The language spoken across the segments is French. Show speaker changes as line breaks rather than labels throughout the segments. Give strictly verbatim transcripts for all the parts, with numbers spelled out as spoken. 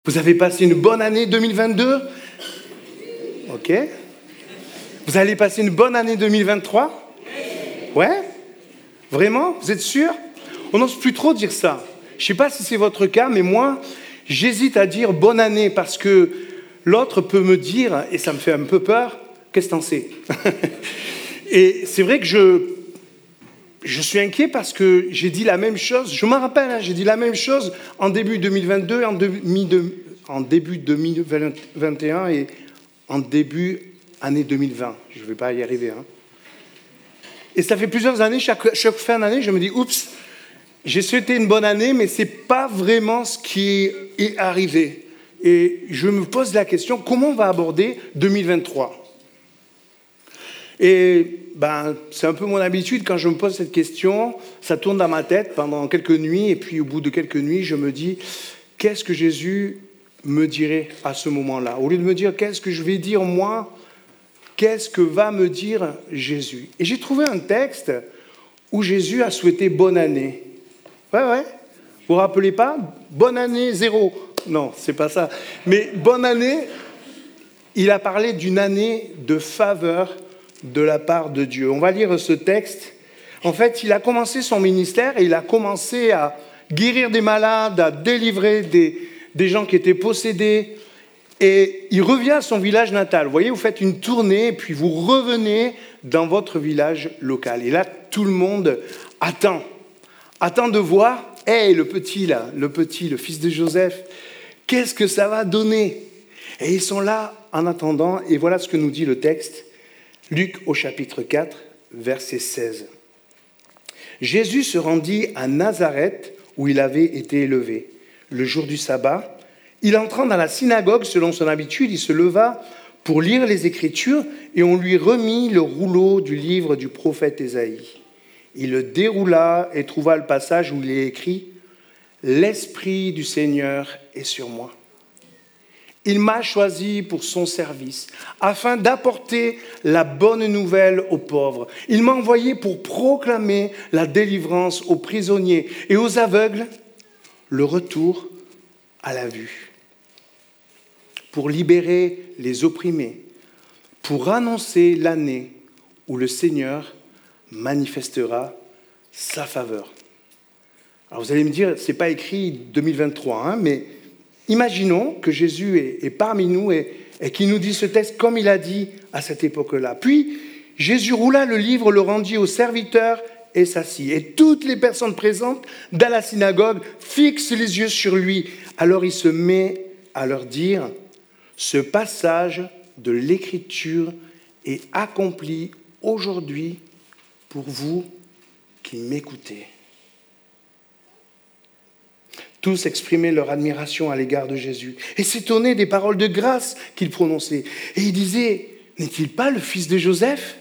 Vous avez passé une bonne année deux mille vingt-deux? Ok. Vous allez passer une bonne année deux mille vingt-trois? Ouais? Vraiment? Vous êtes sûr? On n'ose plus trop dire ça. Je ne sais pas si c'est votre cas, mais moi, j'hésite à dire bonne année parce que l'autre peut me dire, et ça me fait un peu peur, qu'est-ce que t'en sais? Et c'est vrai que je, je suis inquiet parce que j'ai dit la même chose, je m'en rappelle, hein, j'ai dit la même chose en début deux mille vingt-deux, en, demi de, en début deux mille vingt et un et en début année deux mille vingt. Je ne vais pas y arriver. Hein. Et ça fait plusieurs années, chaque, chaque fin d'année, je me dis, oups, j'ai souhaité une bonne année, mais ce n'est pas vraiment ce qui est arrivé. Et je me pose la question, comment on va aborder deux mille vingt-trois? Et ben, c'est un peu mon habitude, quand je me pose cette question, ça tourne dans ma tête pendant quelques nuits, et puis au bout de quelques nuits, je me dis, qu'est-ce que Jésus me dirait à ce moment-là? Au lieu de me dire, qu'est-ce que je vais dire moi? Qu'est-ce que va me dire Jésus? Et j'ai trouvé un texte où Jésus a souhaité bonne année. Ouais, ouais. Vous vous rappelez pas? Bonne année zéro. Non, c'est pas ça. Mais bonne année, il a parlé d'une année de faveur de la part de Dieu. On va lire ce texte. En fait, il a commencé son ministère et il a commencé à guérir des malades, à délivrer des, des gens qui étaient possédés. Et il revient à son village natal. Vous voyez, vous faites une tournée, et puis vous revenez dans votre village local. Et là, tout le monde attend. Attend de voir, hé, hey, le petit là, le petit, le fils de Joseph, qu'est-ce que ça va donner? Et ils sont là en attendant, et voilà ce que nous dit le texte. Luc au chapitre quatre, verset seize. Jésus se rendit à Nazareth, où il avait été élevé. Le jour du sabbat, il entrant dans la synagogue, selon son habitude, il se leva pour lire les Écritures et on lui remit le rouleau du livre du prophète Ésaïe. Il le déroula et trouva le passage où il est écrit « L'Esprit du Seigneur est sur moi. Il m'a choisi pour son service, afin d'apporter la bonne nouvelle aux pauvres. Il m'a envoyé pour proclamer la délivrance aux prisonniers et aux aveugles, le retour à la vue. Pour libérer les opprimés, pour annoncer l'année où le Seigneur manifestera sa faveur. » Alors vous allez me dire, ce n'est pas écrit deux mille vingt-trois, hein, mais imaginons que Jésus est, est parmi nous et, et qu'il nous dit ce texte comme il a dit à cette époque-là. Puis Jésus roula le livre, le rendit au serviteur et s'assit. Et toutes les personnes présentes dans la synagogue fixent les yeux sur lui. Alors il se met à leur dire: ce passage de l'Écriture est accompli aujourd'hui pour vous qui m'écoutez. Tous exprimaient leur admiration à l'égard de Jésus et s'étonnaient des paroles de grâce qu'il prononçait. Et ils disaient: n'est-il pas le fils de Joseph?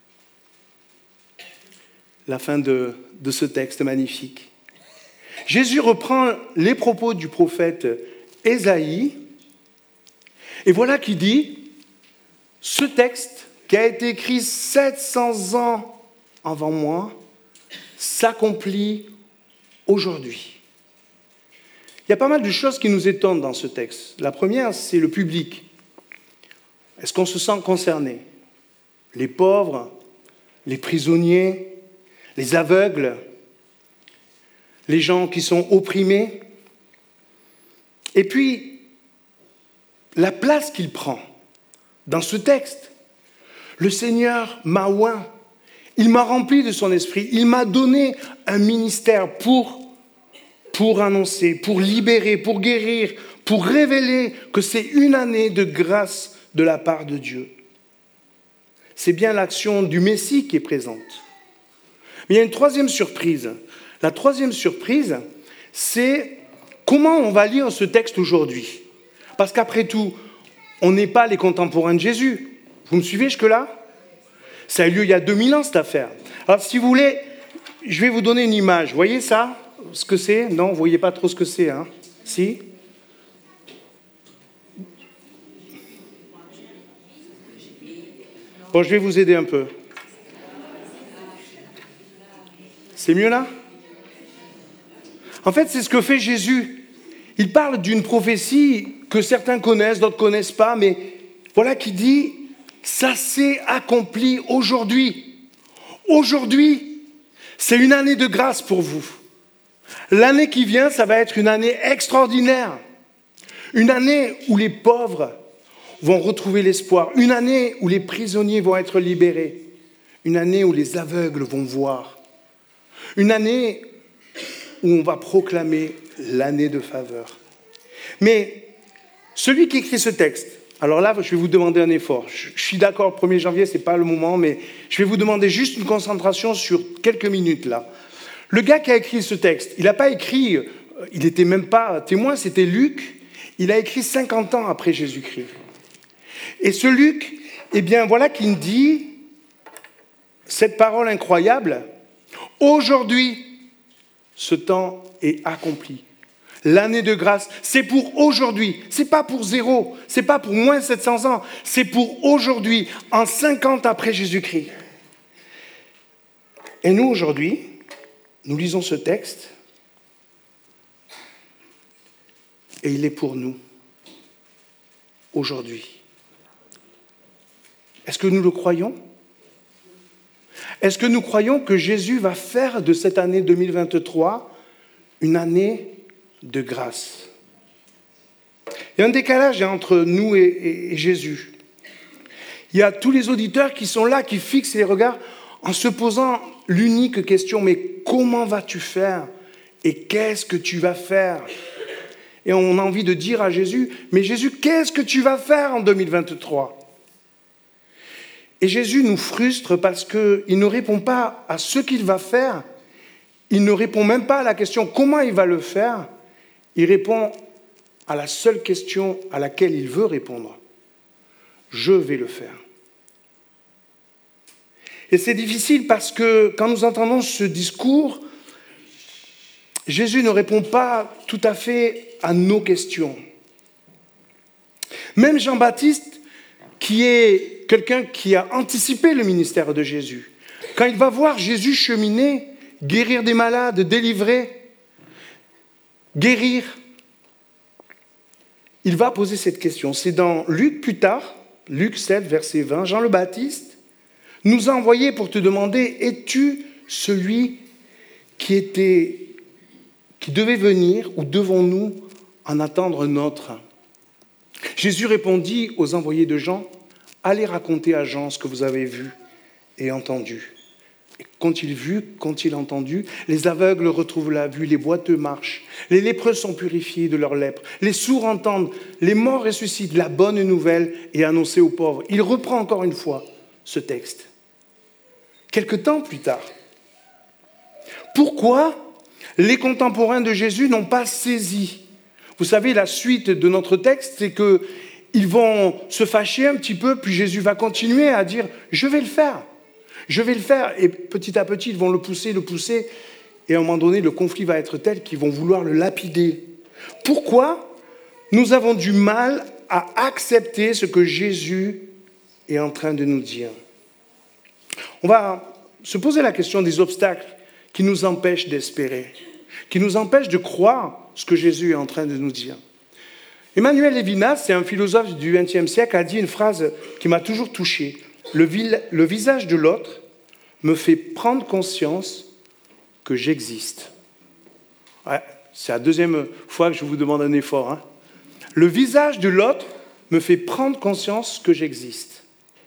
La fin de, de ce texte magnifique. Jésus reprend les propos du prophète Ésaïe. Et voilà qui dit, ce texte qui a été écrit sept cents ans avant moi s'accomplit aujourd'hui. Il y a pas mal de choses qui nous étonnent dans ce texte. La première, c'est le public. Est-ce qu'on se sent concerné? Les pauvres, les prisonniers, les aveugles, les gens qui sont opprimés. Et puis, la place qu'il prend dans ce texte. Le Seigneur m'a oint, il m'a rempli de son esprit, il m'a donné un ministère pour, pour annoncer, pour libérer, pour guérir, pour révéler que c'est une année de grâce de la part de Dieu. C'est bien l'action du Messie qui est présente. Mais il y a une troisième surprise. La troisième surprise, c'est comment on va lire ce texte aujourd'hui. Parce qu'après tout, on n'est pas les contemporains de Jésus. Vous me suivez jusque-là? Ça a eu lieu il y a deux mille ans, cette affaire. Alors, si vous voulez, je vais vous donner une image. Vous voyez ça? Ce que c'est? Non, vous ne voyez pas trop ce que c'est, hein? Si? Bon, je vais vous aider un peu. C'est mieux là? En fait, c'est ce que fait Jésus. il parle d'une prophétie que certains connaissent, d'autres ne connaissent pas, mais voilà qui dit, ça s'est accompli aujourd'hui. Aujourd'hui, c'est une année de grâce pour vous. L'année qui vient, ça va être une année extraordinaire. Une année où les pauvres vont retrouver l'espoir. Une année où les prisonniers vont être libérés. Une année où les aveugles vont voir. Une année où on va proclamer l'année de faveur. Mais celui qui écrit ce texte, alors là, je vais vous demander un effort. Je suis d'accord, le premier janvier, ce n'est pas le moment, mais je vais vous demander juste une concentration sur quelques minutes là. Le gars qui a écrit ce texte, il n'a pas écrit, il n'était même pas témoin, c'était Luc. Il a écrit cinquante ans après Jésus-Christ. Et ce Luc, eh bien voilà qu'il dit cette parole incroyable. Aujourd'hui, ce temps est accompli. L'année de grâce, c'est pour aujourd'hui. C'est pas pour zéro, c'est pas pour moins sept cents ans, c'est pour aujourd'hui, en cinquante après Jésus-Christ. Et nous, aujourd'hui, nous lisons ce texte et il est pour nous, aujourd'hui. Est-ce que nous le croyons ? Est-ce que nous croyons que Jésus va faire de cette année deux mille vingt-trois une année de grâce ? Il y a un décalage entre nous et, et, et Jésus. Il y a tous les auditeurs qui sont là, qui fixent les regards en se posant l'unique question, mais comment vas-tu faire ? Et qu'est-ce que tu vas faire ? Et on a envie de dire à Jésus, mais Jésus, qu'est-ce que tu vas faire en deux mille vingt-trois ? Et Jésus nous frustre parce qu'il ne répond pas à ce qu'il va faire. Il ne répond même pas à la question comment il va le faire. Il répond à la seule question à laquelle il veut répondre. Je vais le faire. Et c'est difficile parce que quand nous entendons ce discours, Jésus ne répond pas tout à fait à nos questions. Même Jean-Baptiste, qui est quelqu'un qui a anticipé le ministère de Jésus, quand il va voir Jésus cheminer, guérir des malades, délivrer, guérir, il va poser cette question. C'est dans Luc plus tard, Luc sept, verset vingt, Jean le Baptiste nous a envoyés pour te demander, es-tu celui qui était, qui devait venir ou devons-nous en attendre un autre ? Jésus répondit aux envoyés de Jean, allez raconter à Jean ce que vous avez vu et entendu. Et qu'ont-ils vu, qu'ont-ils entendu ? Les aveugles retrouvent la vue, les boiteux marchent, les lépreux sont purifiés de leur lèpre, les sourds entendent, les morts ressuscitent, la bonne nouvelle est annoncée aux pauvres. Il reprend encore une fois ce texte. Quelque temps plus tard, pourquoi les contemporains de Jésus n'ont pas saisi ? Vous savez, la suite de notre texte, c'est qu'ils vont se fâcher un petit peu, puis Jésus va continuer à dire « je vais le faire ». Je vais le faire, et petit à petit, ils vont le pousser, le pousser, et à un moment donné, le conflit va être tel qu'ils vont vouloir le lapider. Pourquoi nous avons du mal à accepter ce que Jésus est en train de nous dire ? On va se poser la question des obstacles qui nous empêchent d'espérer, qui nous empêchent de croire ce que Jésus est en train de nous dire. Emmanuel Levinas, c'est un philosophe du vingtième siècle, a dit une phrase qui m'a toujours touché. Le, vil, le visage de l'autre me fait prendre conscience que j'existe. Ouais, c'est la deuxième fois que je vous demande un effort. Hein. Le visage de l'autre me fait prendre conscience que j'existe.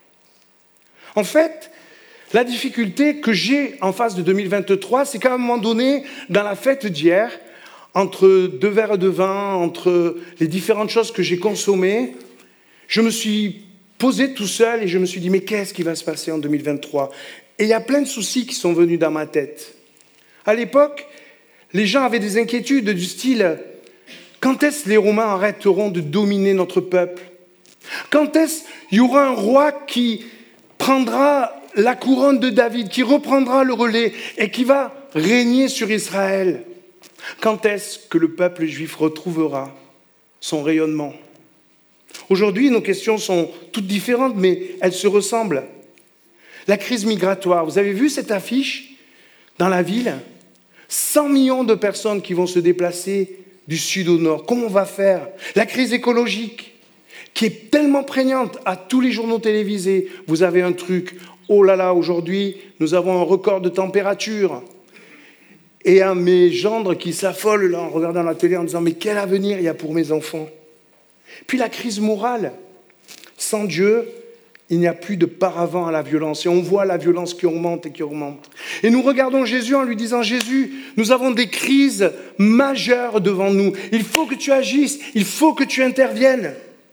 En fait, la difficulté que j'ai en face de deux mille vingt-trois, c'est qu'à un moment donné, dans la fête d'hier, entre deux verres de vin, entre les différentes choses que j'ai consommées, je me suis posé tout seul et je me suis dit, mais qu'est-ce qui va se passer en deux mille vingt-trois ? Et il y a plein de soucis qui sont venus dans ma tête. À l'époque, les gens avaient des inquiétudes du style, quand est-ce que les Romains arrêteront de dominer notre peuple ? Quand est-ce qu'il y aura un roi qui prendra la couronne de David, qui reprendra le relais et qui va régner sur Israël ? Quand est-ce que le peuple juif retrouvera son rayonnement ? Aujourd'hui, nos questions sont toutes différentes, mais elles se ressemblent. La crise migratoire, vous avez vu cette affiche dans la ville ? cent millions de personnes qui vont se déplacer du sud au nord. Comment on va faire? La crise écologique, qui est tellement prégnante à tous les journaux télévisés. Vous avez un truc, oh là là, aujourd'hui, nous avons un record de température. Et à mes gendres qui s'affolent là, en regardant la télé en disant « Mais quel avenir il y a pour mes enfants ?» Puis la crise morale. Sans Dieu, il n'y a plus de paravent à la violence. Et on voit la violence qui augmente et qui augmente. Et nous regardons Jésus en lui disant « Jésus, nous avons des crises majeures devant nous. Il faut que tu agisses, il faut que tu interviennes. »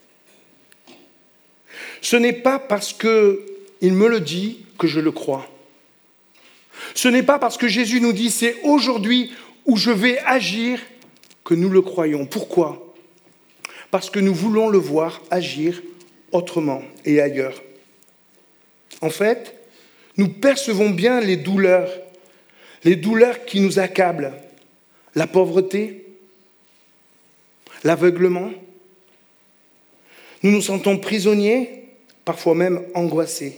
Ce n'est pas parce qu'il me le dit que je le crois. Ce n'est pas parce que Jésus nous dit « c'est aujourd'hui où je vais agir » que nous le croyons. Pourquoi ? Parce que nous voulons le voir agir autrement et ailleurs. En fait, nous percevons bien les douleurs, les douleurs qui nous accablent, la pauvreté, l'aveuglement. Nous nous sentons prisonniers, parfois même angoissés.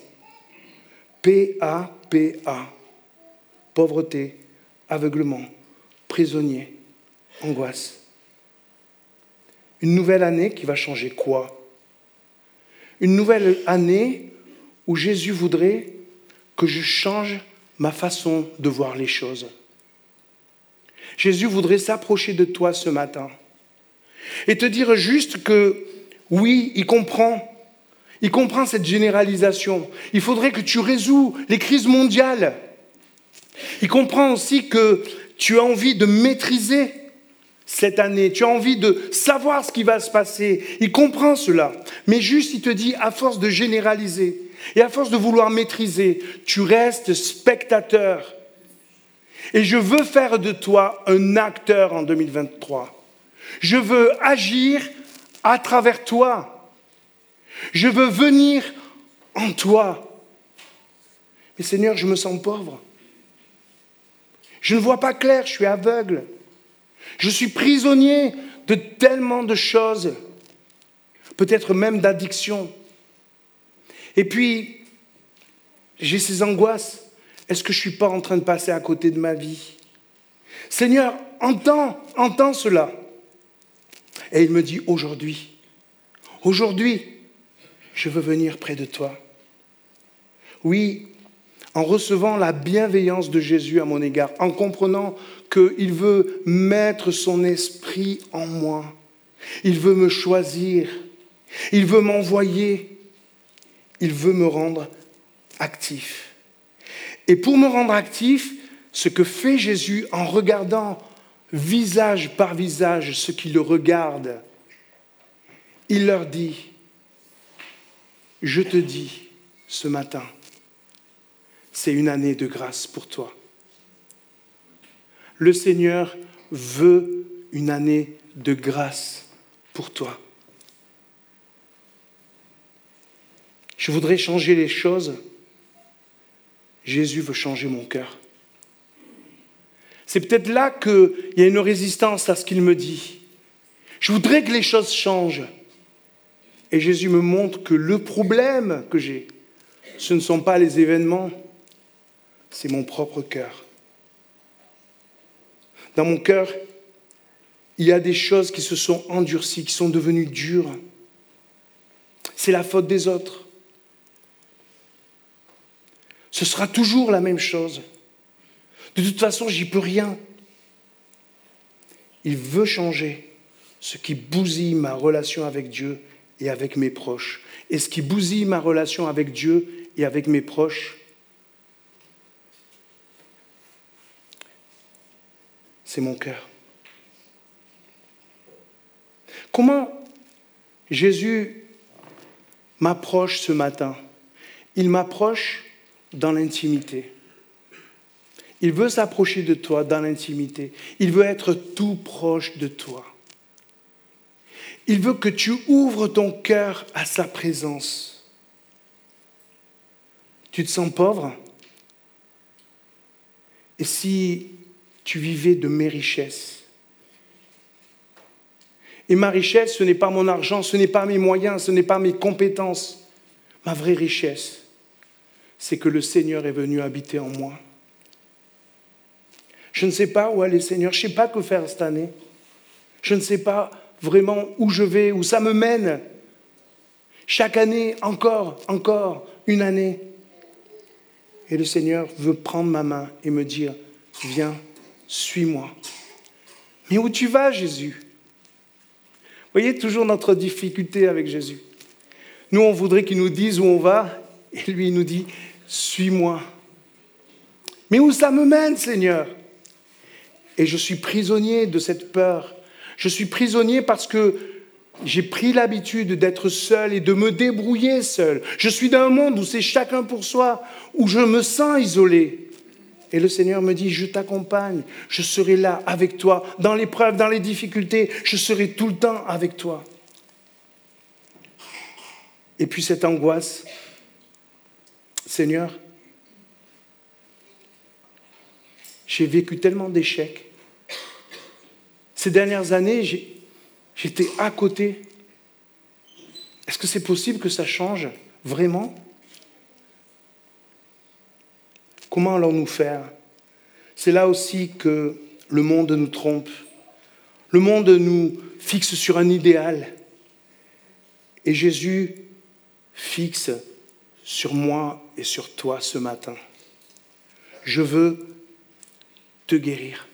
P A P A. Pauvreté, aveuglement, prisonnier, angoisse. Une nouvelle année qui va changer quoi ? Une nouvelle année où Jésus voudrait que je change ma façon de voir les choses. Jésus voudrait s'approcher de toi ce matin et te dire juste que oui, il comprend, il comprend cette généralisation. Il faudrait que tu résous les crises mondiales. Il comprend aussi que tu as envie de maîtriser cette année, tu as envie de savoir ce qui va se passer. Il comprend cela, mais juste il te dit, à force de généraliser et à force de vouloir maîtriser, tu restes spectateur. Et je veux faire de toi un acteur en deux mille vingt-trois. Je veux agir à travers toi. Je veux venir en toi. Mais Seigneur, je me sens pauvre. Je ne vois pas clair, je suis aveugle. Je suis prisonnier de tellement de choses, peut-être même d'addiction. Et puis, j'ai ces angoisses. Est-ce que je ne suis pas en train de passer à côté de ma vie ? Seigneur, entends, entends cela. Et il me dit, aujourd'hui, aujourd'hui, je veux venir près de toi. Oui, en recevant la bienveillance de Jésus à mon égard, en comprenant qu'il veut mettre son esprit en moi. Il veut me choisir. Il veut m'envoyer. Il veut me rendre actif. Et pour me rendre actif, ce que fait Jésus en regardant visage par visage ceux qui le regardent, il leur dit, je te dis ce matin, c'est une année de grâce pour toi. Le Seigneur veut une année de grâce pour toi. Je voudrais changer les choses. Jésus veut changer mon cœur. C'est peut-être là qu'il y a une résistance à ce qu'il me dit. Je voudrais que les choses changent. Et Jésus me montre que le problème que j'ai, ce ne sont pas les événements, c'est mon propre cœur. Dans mon cœur, il y a des choses qui se sont endurcies, qui sont devenues dures. C'est la faute des autres. Ce sera toujours la même chose. De toute façon, j'y peux rien. Il veut changer ce qui bousille ma relation avec Dieu et avec mes proches. Et ce qui bousille ma relation avec Dieu et avec mes proches, c'est mon cœur. Comment Jésus m'approche ce matin ? Il m'approche dans l'intimité. Il veut s'approcher de toi dans l'intimité. Il veut être tout proche de toi. Il veut que tu ouvres ton cœur à sa présence. Tu te sens pauvre ? Et si tu vivais de mes richesses ? Et ma richesse, ce n'est pas mon argent, ce n'est pas mes moyens, ce n'est pas mes compétences. Ma vraie richesse, c'est que le Seigneur est venu habiter en moi. Je ne sais pas où aller, Seigneur. Je ne sais pas quoi faire cette année. Je ne sais pas vraiment où je vais, où ça me mène. Chaque année, encore, encore, une année. Et le Seigneur veut prendre ma main et me dire, viens, suis-moi. Mais où tu vas, Jésus? Vous voyez toujours notre difficulté avec Jésus. Nous, on voudrait qu'il nous dise où on va, et lui, il nous dit, suis-moi. Mais où ça me mène, Seigneur? Et je suis prisonnier de cette peur. Je suis prisonnier parce que j'ai pris l'habitude d'être seul et de me débrouiller seul. Je suis dans un monde où c'est chacun pour soi, où je me sens isolé. Et le Seigneur me dit, je t'accompagne, je serai là avec toi, dans l'épreuve, dans les difficultés, je serai tout le temps avec toi. Et puis cette angoisse, Seigneur, j'ai vécu tellement d'échecs. Ces dernières années, j'ai, j'étais à côté. Est-ce que c'est possible que ça change vraiment? Comment allons-nous faire? C'est là aussi que le monde nous trompe. Le monde nous fixe sur un idéal. Et Jésus fixe sur moi et sur toi ce matin. Je veux te guérir.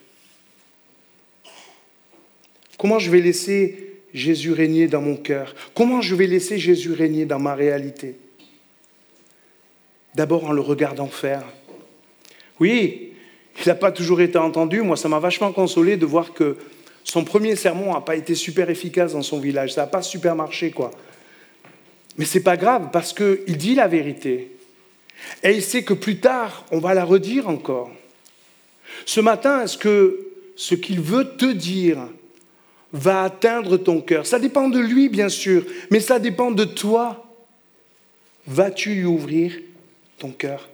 Comment je vais laisser Jésus régner dans mon cœur? Comment je vais laisser Jésus régner dans ma réalité? D'abord en le regardant faire. Oui, il n'a pas toujours été entendu. Moi, ça m'a vachement consolé de voir que son premier sermon n'a pas été super efficace dans son village. Ça n'a pas super marché, quoi. Mais ce n'est pas grave, parce qu'il dit la vérité. Et il sait que plus tard, on va la redire encore. Ce matin, est-ce que ce qu'il veut te dire va atteindre ton cœur? Ça dépend de lui, bien sûr, mais ça dépend de toi. Vas-tu lui ouvrir ton cœur?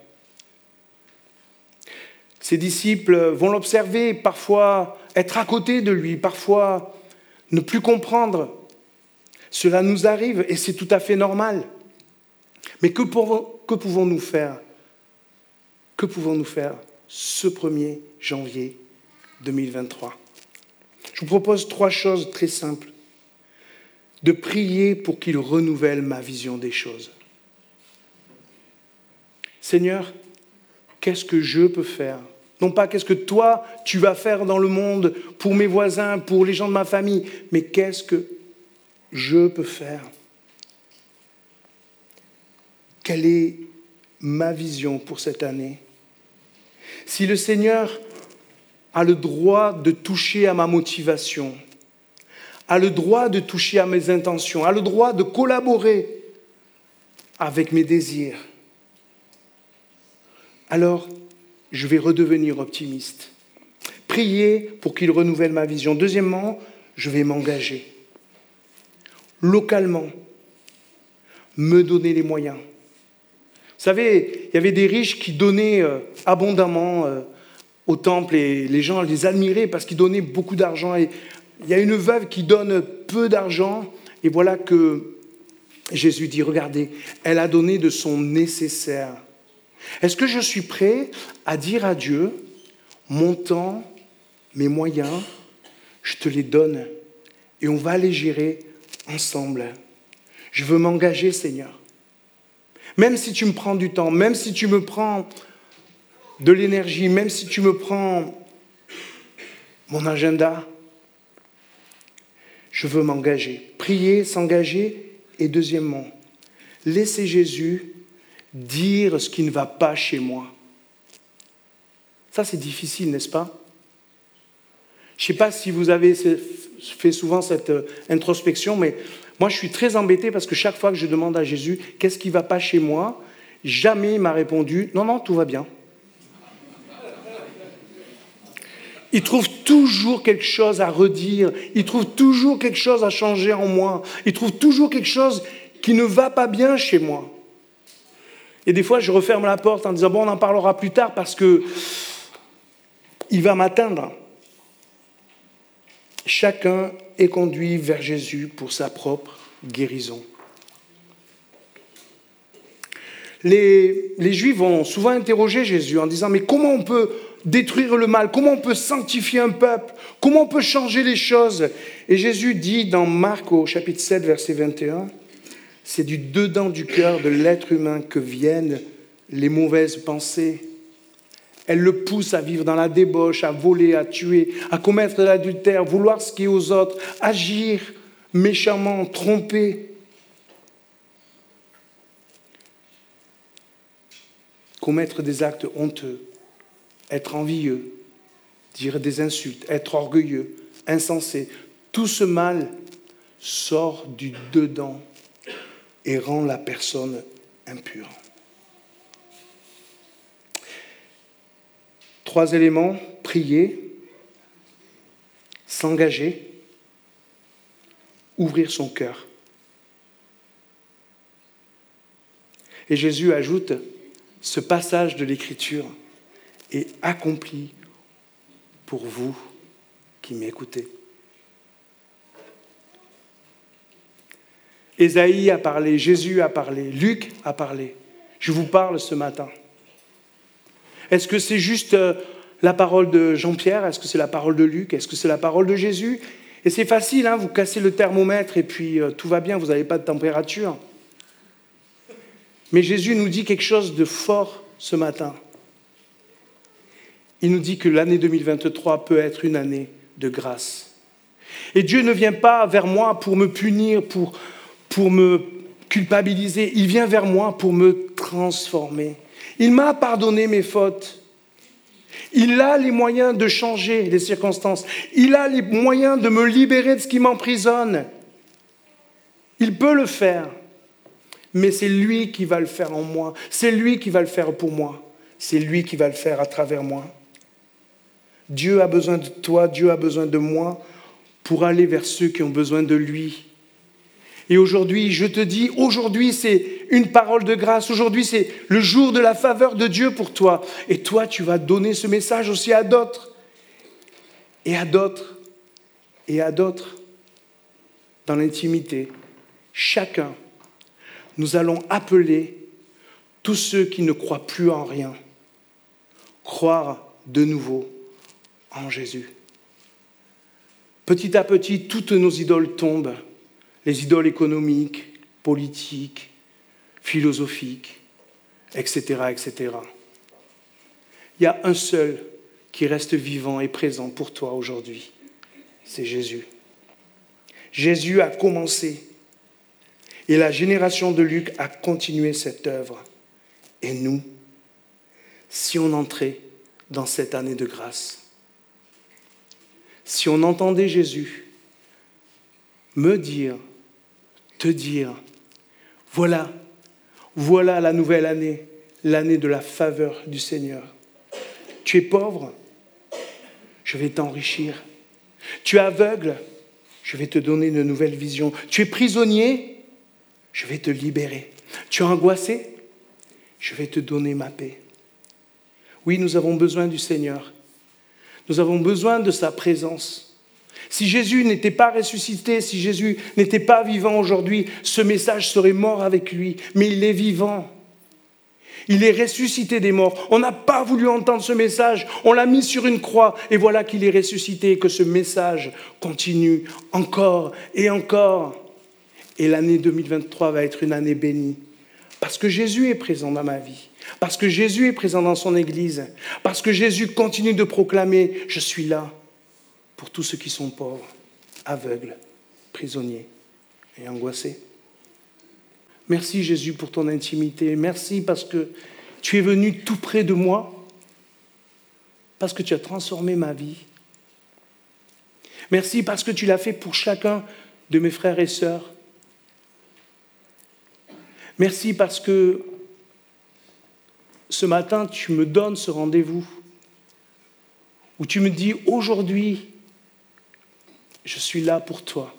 Ses disciples vont l'observer, parfois être à côté de lui, parfois ne plus comprendre. Cela nous arrive et c'est tout à fait normal. Mais que, pour, que pouvons-nous faire? Que pouvons-nous faire ce premier janvier deux mille vingt-trois? Je vous propose trois choses très simples. De prier pour qu'il renouvelle ma vision des choses. Seigneur, qu'est-ce que je peux faire? Non pas qu'est-ce que toi, tu vas faire dans le monde pour mes voisins, pour les gens de ma famille, mais qu'est-ce que je peux faire? Quelle est ma vision pour cette année? Si le Seigneur a le droit de toucher à ma motivation, a le droit de toucher à mes intentions, a le droit de collaborer avec mes désirs, alors je vais redevenir optimiste. Prier pour qu'il renouvelle ma vision. Deuxièmement, je vais m'engager. Localement, me donner les moyens. Vous savez, il y avait des riches qui donnaient euh, abondamment euh, au temple et les gens les admiraient parce qu'ils donnaient beaucoup d'argent. Et il y a une veuve qui donne peu d'argent et voilà que Jésus dit, regardez, elle a donné de son nécessaire. Est-ce que je suis prêt à dire à Dieu, mon temps, mes moyens, je te les donne et on va les gérer ensemble. Je veux m'engager, Seigneur. Même si tu me prends du temps, même si tu me prends de l'énergie, même si tu me prends mon agenda, je veux m'engager. Prier, s'engager et deuxièmement, laisser Jésus dire ce qui ne va pas chez moi. Ça, c'est difficile, n'est-ce pas? Je ne sais pas si vous avez fait souvent cette introspection, mais moi, je suis très embêté parce que chaque fois que je demande à Jésus « Qu'est-ce qui ne va pas chez moi ?» Jamais il m'a répondu « Non, non, tout va bien. » Il trouve toujours quelque chose à redire. Il trouve toujours quelque chose à changer en moi. Il trouve toujours quelque chose qui ne va pas bien chez moi. Et des fois, je referme la porte en disant « Bon, on en parlera plus tard parce que il va m'atteindre. » Chacun est conduit vers Jésus pour sa propre guérison. Les, les Juifs vont souvent interroger Jésus en disant « Mais comment on peut détruire le mal, comment on peut sanctifier un peuple, comment on peut changer les choses. Et Jésus dit dans Marc au chapitre sept, verset vingt et un, c'est du dedans du cœur de l'être humain que viennent les mauvaises pensées. Elles le poussent à vivre dans la débauche, à voler, à tuer, à commettre l'adultère, vouloir ce qui est aux autres, agir méchamment, tromper. Commettre des actes honteux, être envieux, dire des insultes, être orgueilleux, insensé. Tout ce mal sort du dedans et rend la personne impure. Trois éléments, prier, s'engager, ouvrir son cœur. Et Jésus ajoute, ce passage de l'Écriture est accompli pour vous qui m'écoutez. Ésaïe a parlé, Jésus a parlé, Luc a parlé. Je vous parle ce matin. Est-ce que c'est juste la parole de Jean-Pierre? Est-ce que c'est la parole de Luc? Est-ce que c'est la parole de Jésus? Et c'est facile, hein, vous cassez le thermomètre et puis euh, tout va bien, vous n'avez pas de température. Mais Jésus nous dit quelque chose de fort ce matin. Il nous dit que l'année deux mille vingt-trois peut être une année de grâce. Et Dieu ne vient pas vers moi pour me punir, pour, pour me culpabiliser. Il vient vers moi pour me transformer. Il m'a pardonné mes fautes. Il a les moyens de changer les circonstances. Il a les moyens de me libérer de ce qui m'emprisonne. Il peut le faire. Mais c'est lui qui va le faire en moi. C'est lui qui va le faire pour moi. C'est lui qui va le faire à travers moi. Dieu a besoin de toi, Dieu a besoin de moi pour aller vers ceux qui ont besoin de lui. Et aujourd'hui, je te dis, aujourd'hui c'est une parole de grâce. Aujourd'hui c'est le jour de la faveur de Dieu pour toi. Et toi, tu vas donner ce message aussi à d'autres. Et à d'autres. Et à d'autres. Dans l'intimité. Chacun. Nous allons appeler tous ceux qui ne croient plus en rien. Croire de nouveau en Jésus. Petit à petit, toutes nos idoles tombent. Les idoles économiques, politiques, philosophiques, et cetera, et cetera. Il y a un seul qui reste vivant et présent pour toi aujourd'hui. C'est Jésus. Jésus a commencé. Et la génération de Luc a continué cette œuvre. Et nous, si on entrait dans cette année de grâce, si on entendait Jésus me dire, te dire, voilà, voilà la nouvelle année, l'année de la faveur du Seigneur. Tu es pauvre, je vais t'enrichir. Tu es aveugle, je vais te donner une nouvelle vision. Tu es prisonnier, je vais te libérer. Tu es angoissé, je vais te donner ma paix. Oui, nous avons besoin du Seigneur. Nous avons besoin de sa présence. Si Jésus n'était pas ressuscité, si Jésus n'était pas vivant aujourd'hui, ce message serait mort avec lui. Mais il est vivant. Il est ressuscité des morts. On n'a pas voulu entendre ce message. On l'a mis sur une croix. Et voilà qu'il est ressuscité et que ce message continue encore et encore. Et l'année deux mille vingt-trois va être une année bénie. Parce que Jésus est présent dans ma vie. Parce que Jésus est présent dans son Église. Parce que Jésus continue de proclamer « Je suis là » pour tous ceux qui sont pauvres, aveugles, prisonniers et angoissés. Merci Jésus pour ton intimité. Merci parce que tu es venu tout près de moi. Parce que tu as transformé ma vie. Merci parce que tu l'as fait pour chacun de mes frères et sœurs. Merci parce que ce matin, tu me donnes ce rendez-vous où tu me dis, aujourd'hui, je suis là pour toi.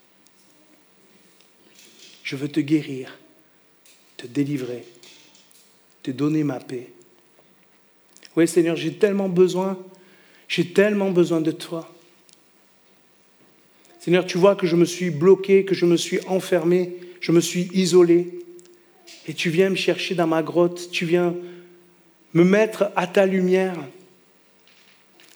Je veux te guérir, te délivrer, te donner ma paix. Oui, Seigneur, j'ai tellement besoin, j'ai tellement besoin de toi. Seigneur, tu vois que je me suis bloqué, que je me suis enfermé, je me suis isolé. Et tu viens me chercher dans ma grotte, tu viens me mettre à ta lumière.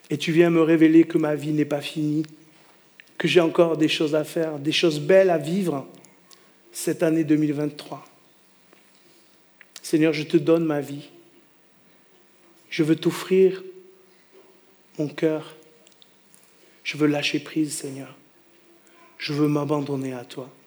Et tu viens me révéler que ma vie n'est pas finie, que j'ai encore des choses à faire, des choses belles à vivre cette année deux mille vingt-trois. Seigneur, je te donne ma vie. Je veux t'offrir mon cœur. Je veux lâcher prise, Seigneur. Je veux m'abandonner à toi.